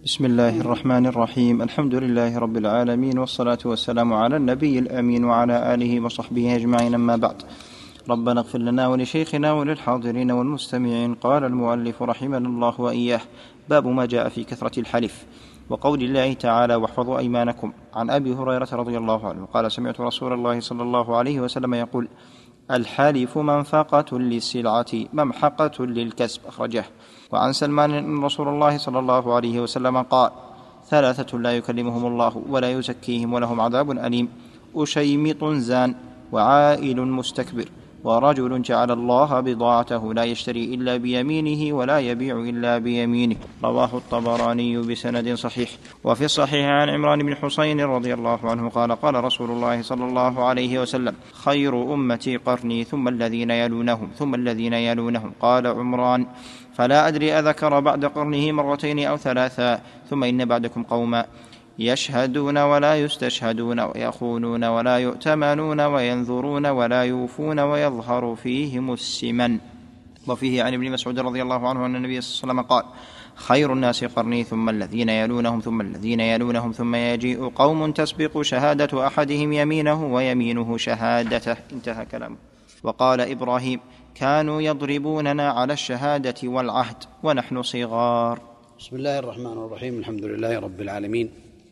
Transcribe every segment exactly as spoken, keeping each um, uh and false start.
بسم الله الرحمن الرحيم. الحمد لله رب العالمين، والصلاة والسلام على النبي الأمين وعلى آله وصحبه أجمعين، أما بعد. ربنا اغفر لنا ولشيخنا وللحاضرين والمستمعين. قال المؤلف رحمنا الله وإياه: باب ما جاء في كثرة الحلف وقول الله تعالى: واحفظوا أيمانكم. عن أبي هريرة رضي الله عنه قال: سمعت رسول الله صلى الله عليه وسلم يقول: الحلف منفقة للسلعة ممحقة للكسب، أخرجه. وعن سلمان أن رسول الله صلى الله عليه وسلم قال: ثلاثة لا يكلمهم الله ولا يزكيهم ولهم عذاب أليم: أشيمط زان، وعائل مستكبر، ورجل جعل الله بضاعته لا يشتري إلا بيمينه ولا يبيع إلا بيمينه. رواه الطبراني بسند صحيح. وفي الصحيح عن عمران بن حسين رضي الله عنه قال: قال رسول الله صلى الله عليه وسلم: خير أمتي قرني ثم الذين يلونهم ثم الذين يلونهم. قال عمران: فلا أدري أذكر بعد قرنه مرتين أو ثلاثا. ثم إن بعدكم قوما يشهدون ولا يستشهدون، ويخونون ولا يؤتمنون، وينذرون ولا يوفون، ويظهر فيهم السمن. وفيه عن ابن مسعود رضي الله عنه أن النبي صلى الله عليه وسلم قال: خير الناس قرني ثم الذين يلونهم ثم الذين يلونهم ثم يجيء قوم تسبق شهادة أحدهم يمينه ويمينه شهادته. انتهى كلامه. وقال إبراهيم: كانوا يضربوننا على الشهادة والعهد ونحن صغار. بسم الله الرحمن الرحيم. الحمد لله رب العالمين،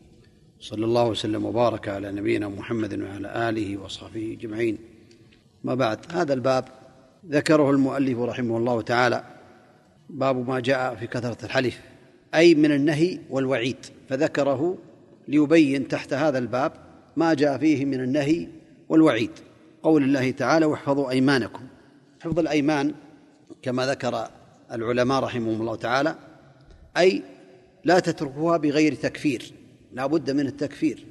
صلى الله وسلم وبارك على نبينا محمد وعلى آله وصحبه أجمعين. ما بعد، هذا الباب ذكره المؤلف رحمه الله تعالى، باب ما جاء في كثرة الحلف، أي من النهي والوعيد، فذكره ليبين تحت هذا الباب ما جاء فيه من النهي والوعيد. قول الله تعالى: واحفظوا أيمانكم. حفظ الأيمان كما ذكر العلماء رحمهم الله تعالى، أي لا تتركوها بغير تكفير، لا بد من التكفير.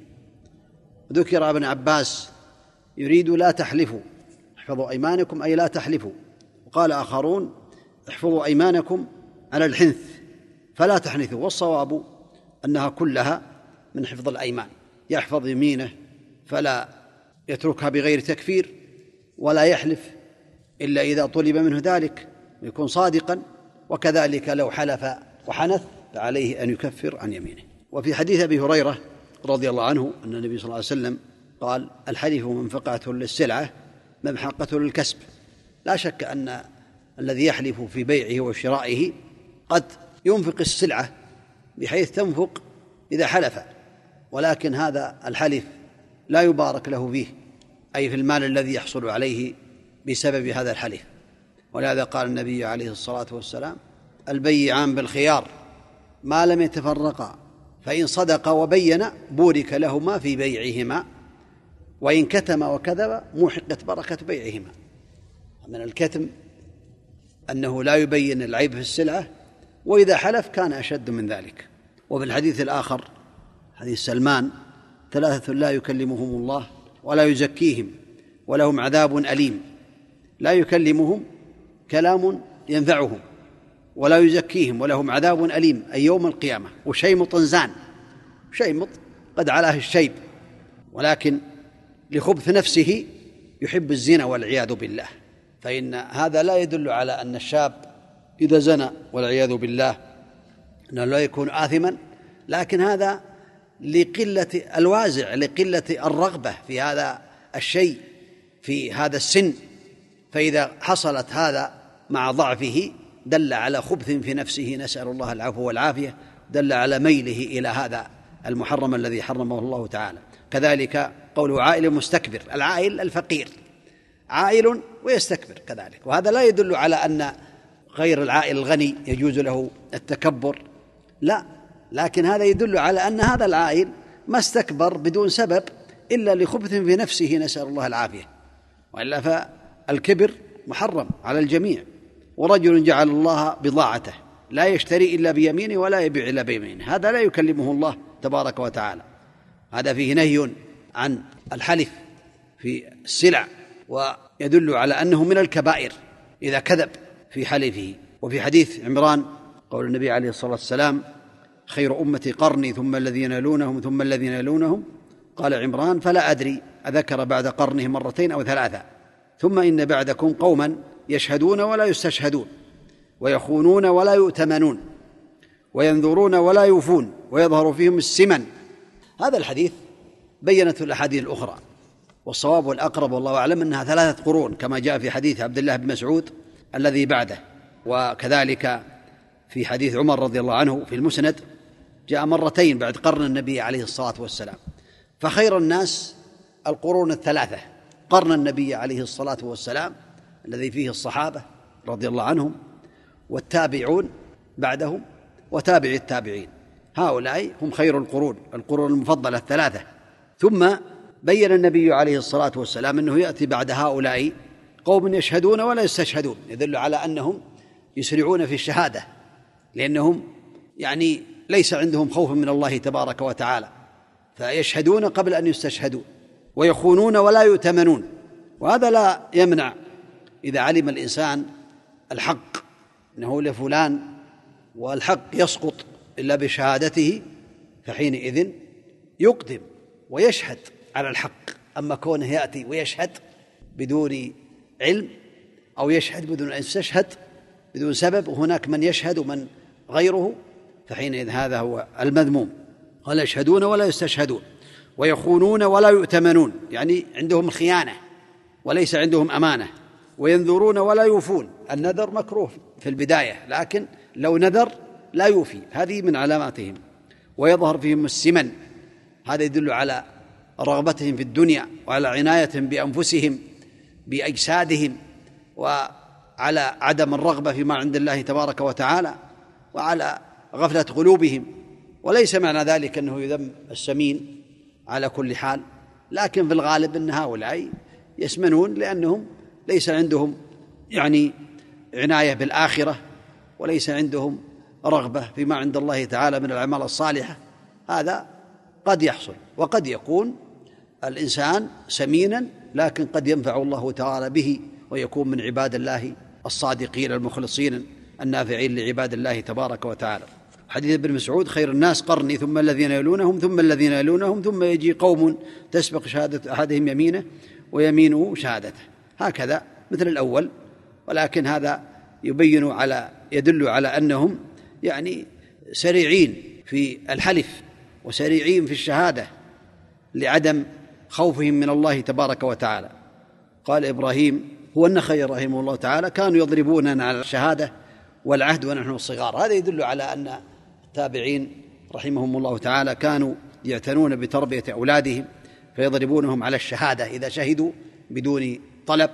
ذكر ابن عباس يريد لا تحلفوا، احفظوا أيمانكم أي لا تحلفوا. وقال آخرون: احفظوا أيمانكم على الحنث فلا تحنثوا. والصواب أنها كلها من حفظ الأيمان، يحفظ يمينه فلا يتركها بغير تكفير، ولا يحلف إلا إذا طلب منه ذلك يكون صادقا، وكذلك لو حلف وحنث فعليه أن يكفر عن يمينه. وفي حديث أبي هريرة رضي الله عنه أن النبي صلى الله عليه وسلم قال: الحلف منفقة للسلعة ممحقة للكسب. لا شك أن الذي يحلف في بيعه وشرائه قد ينفق السلعة بحيث تنفق إذا حلف، ولكن هذا الحلف لا يبارك له فيه، أي في المال الذي يحصل عليه بسبب هذا الحلف. ولهذا قال النبي عليه الصلاة والسلام: البيعان بالخيار ما لم يتفرقا، فإن صدقا وبينا بورك لهما في بيعهما، وإن كتما وكذب محقت بركة بيعهما. من الكتم أنه لا يبين العيب في السلعة، وإذا حلف كان أشد من ذلك. وفي الحديث الآخر حديث سلمان: ثلاثة لا يكلمهم الله ولا يزكيهم ولهم عذاب أليم. لا يكلمهم كلام ينفعهم، ولا يزكيهم ولهم عذاب أليم، أي يوم القيامة. وشيمط زان، شيمط قد علاه الشيب، ولكن لخبث نفسه يحب الزنا والعياذ بالله. فإن هذا لا يدل على أن الشاب إذا زنى والعياذ بالله أنه لا يكون آثما، لكن هذا لقلة الوازع، لقلة الرغبة في هذا الشيء في هذا السن. فإذا حصلت هذا مع ضعفه دل على خبث في نفسه، نسأل الله العفو والعافية، دل على ميله إلى هذا المحرم الذي حرمه الله تعالى. كذلك قوله عائل مستكبر، العائل الفقير عائل ويستكبر كذلك، وهذا لا يدل على أن غير العائل الغني يجوز له التكبر، لا، لكن هذا يدل على أن هذا العائل ما استكبر بدون سبب إلا لخبث في نفسه، نسأل الله العافية، وإلا فالكبر محرم على الجميع. ورجل جعل الله بضاعته لا يشتري إلا بيمينه ولا يبيع إلا بيمينه، هذا لا يكلمه الله تبارك وتعالى. هذا فيه نهي عن الحلف في السلع، ويدل على أنه من الكبائر إذا كذب في حلفه. وفي حديث عمران قول النبي عليه الصلاة والسلام: خير أمتي قرني ثم الذين يلونهم ثم الذين يلونهم. قال عمران: فلا أدري أذكر بعد قرنه مرتين أو ثلاثة. ثم إن بعدكم قوما يشهدون ولا يستشهدون، ويخونون ولا يؤتمنون، وينذرون ولا يوفون ويظهر فيهم السمن. هذا الحديث بينت الأحاديث الأخرى، والصواب والأقرب والله أعلم أنها ثلاثة قرون كما جاء في حديث عبد الله بن مسعود الذي بعده، وكذلك في حديث عمر رضي الله عنه في المسند جاء مرتين بعد قرن النبي عليه الصلاة والسلام. فخير الناس القرون الثلاثة: قرن النبي عليه الصلاة والسلام الذي فيه الصحابة رضي الله عنهم، والتابعون بعدهم، وتابع التابعين. هؤلاء هم خير القرون، القرون المفضلة الثلاثة. ثم بين النبي عليه الصلاة والسلام أنه يأتي بعد هؤلاء قوم يشهدون ولا يستشهدون، يدل على أنهم يسرعون في الشهادة، لأنهم يعني ليس عندهم خوف من الله تبارك وتعالى، فيشهدون قبل أن يستشهدوا، ويخونون ولا يؤتمنون. وهذا لا يمنع إذا علم الإنسان الحق أنه لفلان والحق يسقط إلا بشهادته، فحينئذ يقدم ويشهد على الحق. أما كونه يأتي ويشهد بدون علم أو يشهد بدون أن يستشهد بدون سبب، وهناك من يشهد ومن غيره، فحينئذ هذا هو المذموم. قال يشهدون ولا يستشهدون ويخونون ولا يؤتمنون، يعني عندهم خيانة وليس عندهم أمانة. وينذرون ولا يوفون، النذر مكروه في البداية، لكن لو نذر لا يوفي، هذه من علاماتهم. ويظهر فيهم السمن، هذا يدل على رغبتهم في الدنيا وعلى عنايتهم بأنفسهم بأجسادهم، وعلى عدم الرغبة فيما عند الله تبارك وتعالى، وعلى غفلة قلوبهم. وليس معنى ذلك أنه يذم السمين على كل حال، لكن في الغالب أن هؤلاء يسمنون لأنهم ليس عندهم يعني عناية بالآخرة، وليس عندهم رغبة فيما عند الله تعالى من الأعمال الصالحة. هذا قد يحصل، وقد يكون الإنسان سمينا لكن قد ينفع الله تعالى به، ويكون من عباد الله الصادقين المخلصين النافعين لعباد الله تبارك وتعالى. حديث ابن مسعود: خير الناس قرني ثم الذين يلونهم ثم الذين يلونهم ثم يجي قوم تسبق شهادة أحدهم يمينه ويمينه شهادته. هكذا مثل الأول، ولكن هذا يبين على يدل على أنهم يعني سريعين في الحلف وسريعين في الشهادة لعدم خوفهم من الله تبارك وتعالى. قال إبراهيم هو النخعي رحمه الله تعالى: كانوا يضربوننا على الشهادة والعهد ونحن الصغار. هذا يدل على أن التابعين رحمهم الله تعالى كانوا يعتنون بتربية أولادهم، فيضربونهم على الشهادة إذا شهدوا بدون طلب،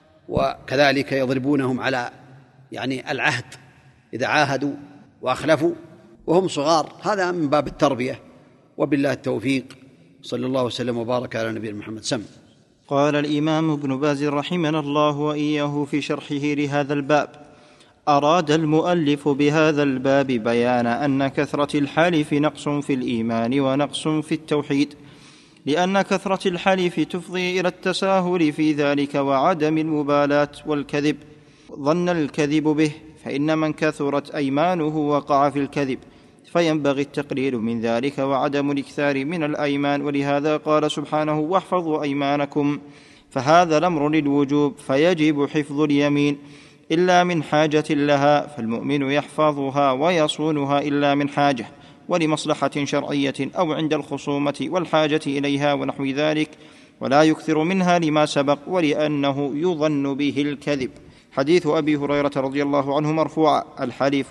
وكذلك يضربونهم على يعني العهد إذا عاهدوا وأخلفوا وهم صغار. هذا من باب التربية، وبالله التوفيق. صلى الله وسلم وبارك على نبينا محمد. سم. قال الإمام ابن باز رحمنا الله وإياه في شرحه لهذا الباب: أراد المؤلف بهذا الباب بيان أن كثرة الحلف نقص في الإيمان ونقص في التوحيد، لأن كثرة الحلف تفضي إلى التساهل في ذلك وعدم المبالاة والكذب، ظن الكذب به، فإن من كثرت أيمانه وقع في الكذب، فينبغي التقليل من ذلك وعدم الإكثار من الأيمان. ولهذا قال سبحانه: واحفظوا أيمانكم، فهذا الأمر للوجوب، فيجب حفظ اليمين إلا من حاجة لها، فالمؤمن يحفظها ويصونها إلا من حاجة ولمصلحة شرعية أو عند الخصومة والحاجة إليها ونحو ذلك، ولا يكثر منها لما سبق ولأنه يظن به الكذب. حديث أبي هريرة رضي الله عنه مرفوعا: الحلف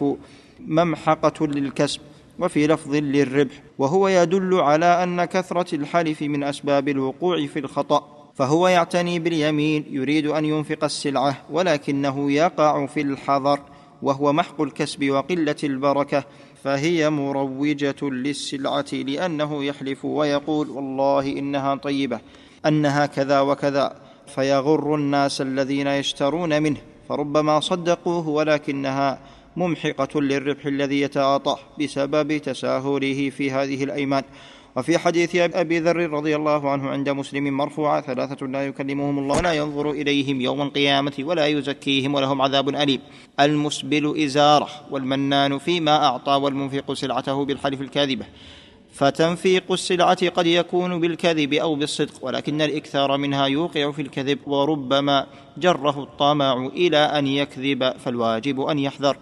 ممحقة للكسب، وفي لفظ للربح، وهو يدل على أن كثرة الحلف من أسباب الوقوع في الخطأ، فهو يعتني باليمين يريد أن ينفق السلعة، ولكنه يقع في الحذر وهو محق الكسب وقلة البركة، فهي مروجة للسلعة، لأنه يحلف ويقول: والله إنها طيبة، أنها كذا وكذا، فيغر الناس الذين يشترون منه، فربما صدقوه ولكنها ممحقة للربح الذي يتعاطاه بسبب تساهله في هذه الأيمان. وفي حديث أبي ذر رضي الله عنه عند مسلم مرفوعا: ثلاثة لا يكلمهم الله ولا ينظر إليهم يوم القيامة ولا يزكيهم ولهم عذاب أليم: المسبل إزاره، والمنان فيما أعطى، والمنفق سلعته بالحلف الكاذبة. فتنفيق السلعة قد يكون بالكذب أو بالصدق، ولكن الإكثار منها يوقع في الكذب، وربما جره الطمع إلى أن يكذب، فالواجب أن يحذر.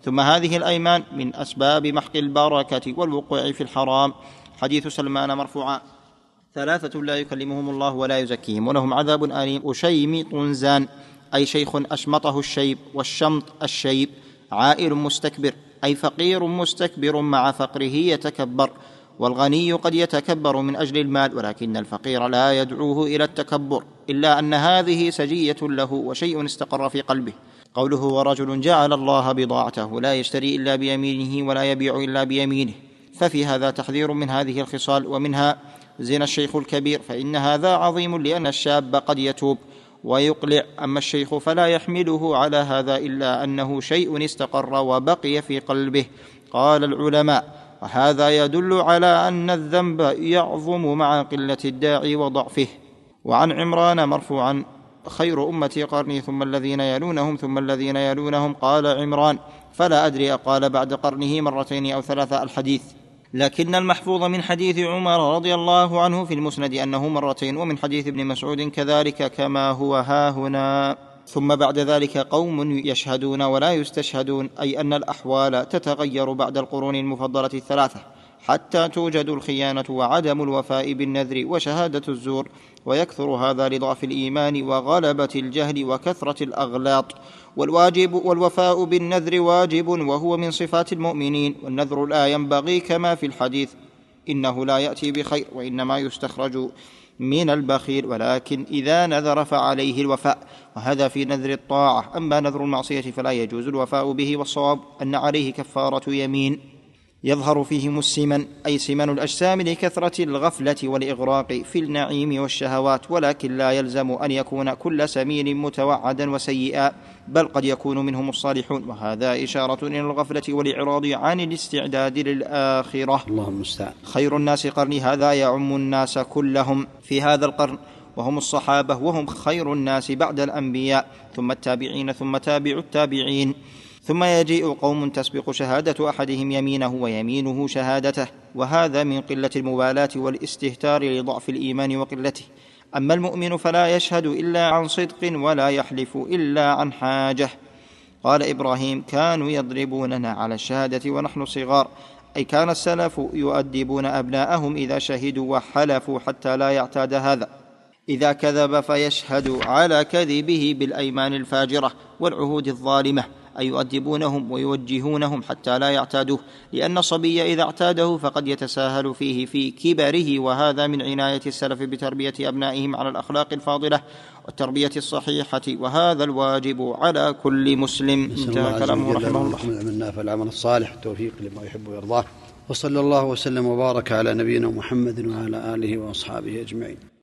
ثم هذه الأيمان من أسباب محق البركة والوقوع في الحرام. حديث سلمان مرفوعا: ثلاثة لا يكلمهم الله ولا يزكيهم ولهم عذاب أليم: أشيمط زان أي شيخ أشمطه الشيب، والشمط الشيب، عائل مستكبر أي فقير مستكبر مع فقره يتكبر. والغني قد يتكبر من أجل المال، ولكن الفقير لا يدعوه إلى التكبر، إلا أن هذه سجية له وشيء استقر في قلبه. قوله: ورجل جعل الله بضاعته لا يشتري إلا بيمينه ولا يبيع إلا بيمينه، ففي هذا تحذير من هذه الخصال، ومنها زنا الشيخ الكبير، فإن هذا عظيم لأن الشاب قد يتوب ويقلع، أما الشيخ فلا يحمله على هذا إلا أنه شيء استقر وبقي في قلبه. قال العلماء: وهذا يدل على أن الذنب يعظم مع قلة الداعي وضعفه. وعن عمران مرفوعا: خير أمتي قرني ثم الذين يلونهم ثم الذين يلونهم. قال عمران: فلا أدري أقال بعد قرنه مرتين أو ثلاثة الحديث، لكن المحفوظ من حديث عمر رضي الله عنه في المسند أنه مرتين، ومن حديث ابن مسعود كذلك كما هو هاهنا. ثم بعد ذلك قوم يشهدون ولا يستشهدون، أي أن الأحوال تتغير بعد القرون المفضلة الثلاثة حتى توجد الخيانة وعدم الوفاء بالنذر وشهادة الزور، ويكثر هذا لضعف الإيمان وغلبة الجهل وكثرة الأغلاط. والواجب والوفاء بالنذر واجب، وهو من صفات المؤمنين، والنذر لا ينبغي كما في الحديث: إنه لا يأتي بخير وإنما يستخرج من البخيل، ولكن إذا نذر فعليه الوفاء، وهذا في نذر الطاعة. أما نذر المعصية فلا يجوز الوفاء به، والصواب أن عليه كفارة يمين يظهر فيهم السمن، أي سمن الأجسام لكثرة الغفلة والإغراق في النعيم والشهوات، ولكن لا يلزم أن يكون كل سمين متوعدا وسيئا، بل قد يكون منهم الصالحون، وهذا إشارة إلى الغفلة والإعراض عن الاستعداد للآخرة. اللهم المستعان. خير الناس قرني، هذا يعم الناس كلهم في هذا القرن، وهم الصحابة، وهم خير الناس بعد الأنبياء، ثم التابعين، ثم تابع التابعين. ثم يجيء قوم تسبق شهادة أحدهم يمينه ويمينه شهادته، وهذا من قلة المبالاة والاستهتار لضعف الإيمان وقلته. أما المؤمن فلا يشهد إلا عن صدق ولا يحلف إلا عن حاجة. قال إبراهيم: كانوا يضربوننا على الشهادة ونحن صغار، أي كان السلف يؤدبون أبناءهم إذا شهدوا وحلفوا حتى لا يعتاد هذا. إذا كذب فيشهد على كذبه بالأيمان الفاجرة والعهود الظالمة، أي يؤدبونهم ويوجهونهم حتى لا يعتادوه، لأن الصبي إذا اعتاده فقد يتساهل فيه في كبره، وهذا من عناية السلف بتربية أبنائهم على الأخلاق الفاضلة والتربية الصحيحة، وهذا الواجب على كل مسلم. انتهى كلامه رحمه الله. العلم العمل الصالح، التوفيق لما يحب ويرضاه، وصلى الله وسلم وبارك على نبينا محمد وعلى آله وأصحابه أجمعين.